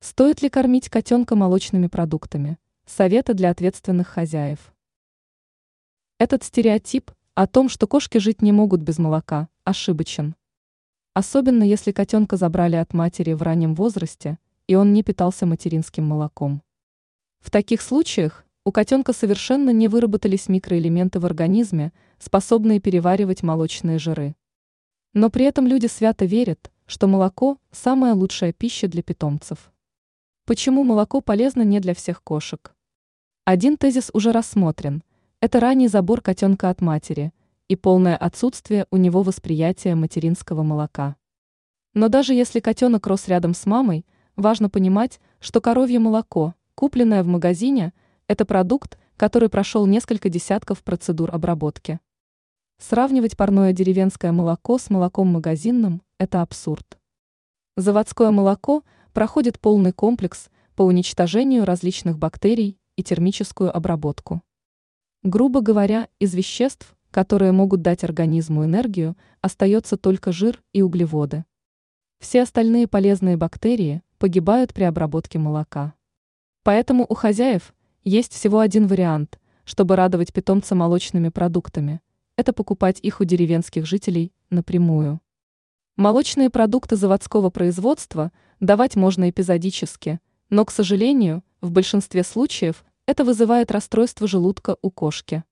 Стоит ли кормить котенка молочными продуктами? Советы для ответственных хозяев. Этот стереотип о том, что кошки жить не могут без молока, ошибочен. Особенно если котенка забрали от матери в раннем возрасте, и он не питался материнским молоком. В таких случаях у котенка совершенно не выработались микроэлементы в организме, способные переваривать молочные жиры. Но при этом люди свято верят, что молоко – самая лучшая пища для питомцев. Почему молоко полезно не для всех кошек? Один тезис уже рассмотрен – это ранний забор котенка от матери и полное отсутствие у него восприятия материнского молока. Но даже если котенок рос рядом с мамой, важно понимать, что коровье молоко, купленное в магазине, это продукт, который прошел несколько десятков процедур обработки. Сравнивать парное деревенское молоко с молоком магазинным – это абсурд. Заводское молоко проходит полный комплекс по уничтожению различных бактерий и термическую обработку. Грубо говоря, из веществ, которые могут дать организму энергию, остается только жир и углеводы. Все остальные полезные бактерии погибают при обработке молока. Поэтому у хозяев есть всего один вариант, чтобы радовать питомца молочными продуктами – это покупать их у деревенских жителей напрямую. Молочные продукты заводского производства давать можно эпизодически, но, к сожалению, в большинстве случаев это вызывает расстройство желудка у кошки.